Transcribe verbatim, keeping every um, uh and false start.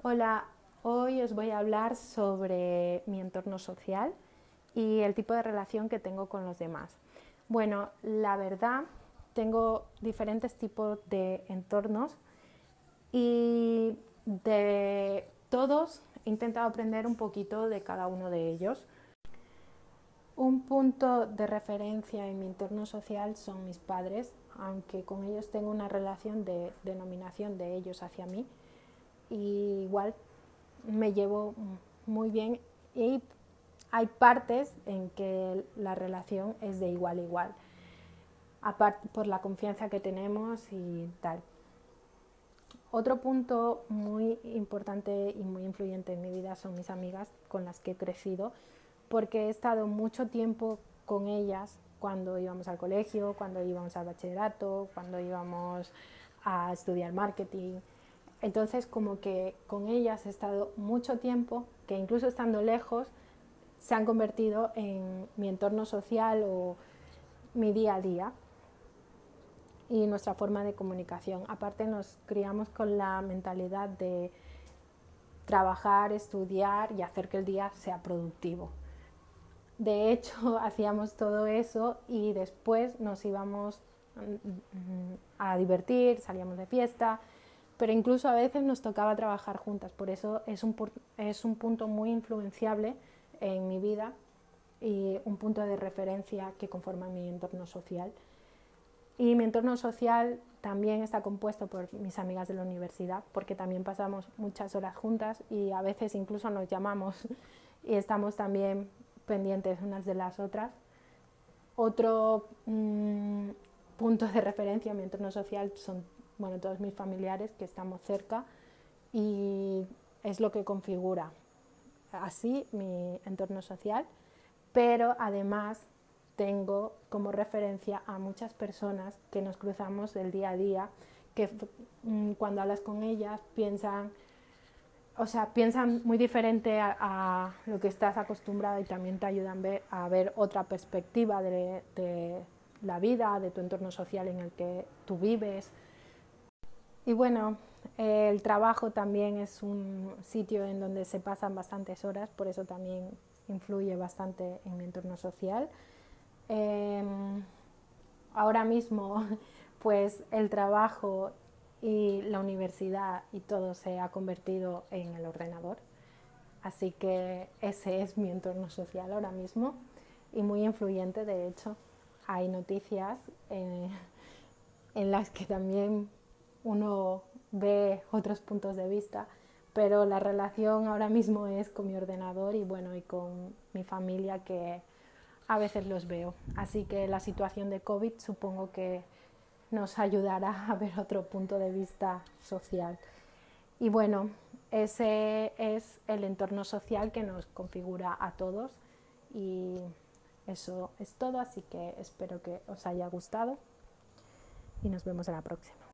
Hola, hoy os voy a hablar sobre mi entorno social y el tipo de relación que tengo con los demás. Bueno, la verdad, tengo diferentes tipos de entornos y de todos he intentado aprender un poquito de cada uno de ellos. Un punto de referencia en mi entorno social son mis padres, aunque con ellos tengo una relación de denominación de ellos hacia mí. Y igual me llevo muy bien y hay partes en que la relación es de igual a igual, aparte por la confianza que tenemos y tal. Otro punto muy importante y muy influyente en mi vida son mis amigas con las que he crecido, porque he estado mucho tiempo con ellas cuando íbamos al colegio, cuando íbamos al bachillerato, cuando íbamos a estudiar marketing. Entonces, como que con ellas he estado mucho tiempo, que incluso estando lejos, se han convertido en mi entorno social o mi día a día y nuestra forma de comunicación. Aparte, nos criamos con la mentalidad de trabajar, estudiar y hacer que el día sea productivo. De hecho, hacíamos todo eso y después nos íbamos a divertir, salíamos de fiesta, pero incluso a veces nos tocaba trabajar juntas. Por eso es un, es un punto muy influenciable en mi vida y un punto de referencia que conforma mi entorno social. Y mi entorno social también está compuesto por mis amigas de la universidad, porque también pasamos muchas horas juntas y a veces incluso nos llamamos y estamos también pendientes unas de las otras. Otro mmm, punto de referencia en mi entorno social son, bueno, todos mis familiares que estamos cerca y es lo que configura así mi entorno social, pero además tengo como referencia a muchas personas que nos cruzamos del día a día, que mmm, cuando hablas con ellas piensan, o sea, piensan muy diferente a, a lo que estás acostumbrado y también te ayudan ver, a ver otra perspectiva de, de la vida, de tu entorno social en el que tú vives. Y bueno, el trabajo también es un sitio en donde se pasan bastantes horas, por eso también influye bastante en mi entorno social. Eh, ahora mismo, pues el trabajo y la universidad y todo se ha convertido en el ordenador. Así que ese es mi entorno social ahora mismo y muy influyente, de hecho. Hay noticias eh, en las que también uno ve otros puntos de vista, pero la relación ahora mismo es con mi ordenador y bueno, y con mi familia que a veces los veo. Así que la situación de COVID supongo que nos ayudará a ver otro punto de vista social. Y bueno, ese es el entorno social que nos configura a todos y eso es todo, así que espero que os haya gustado y nos vemos en la próxima.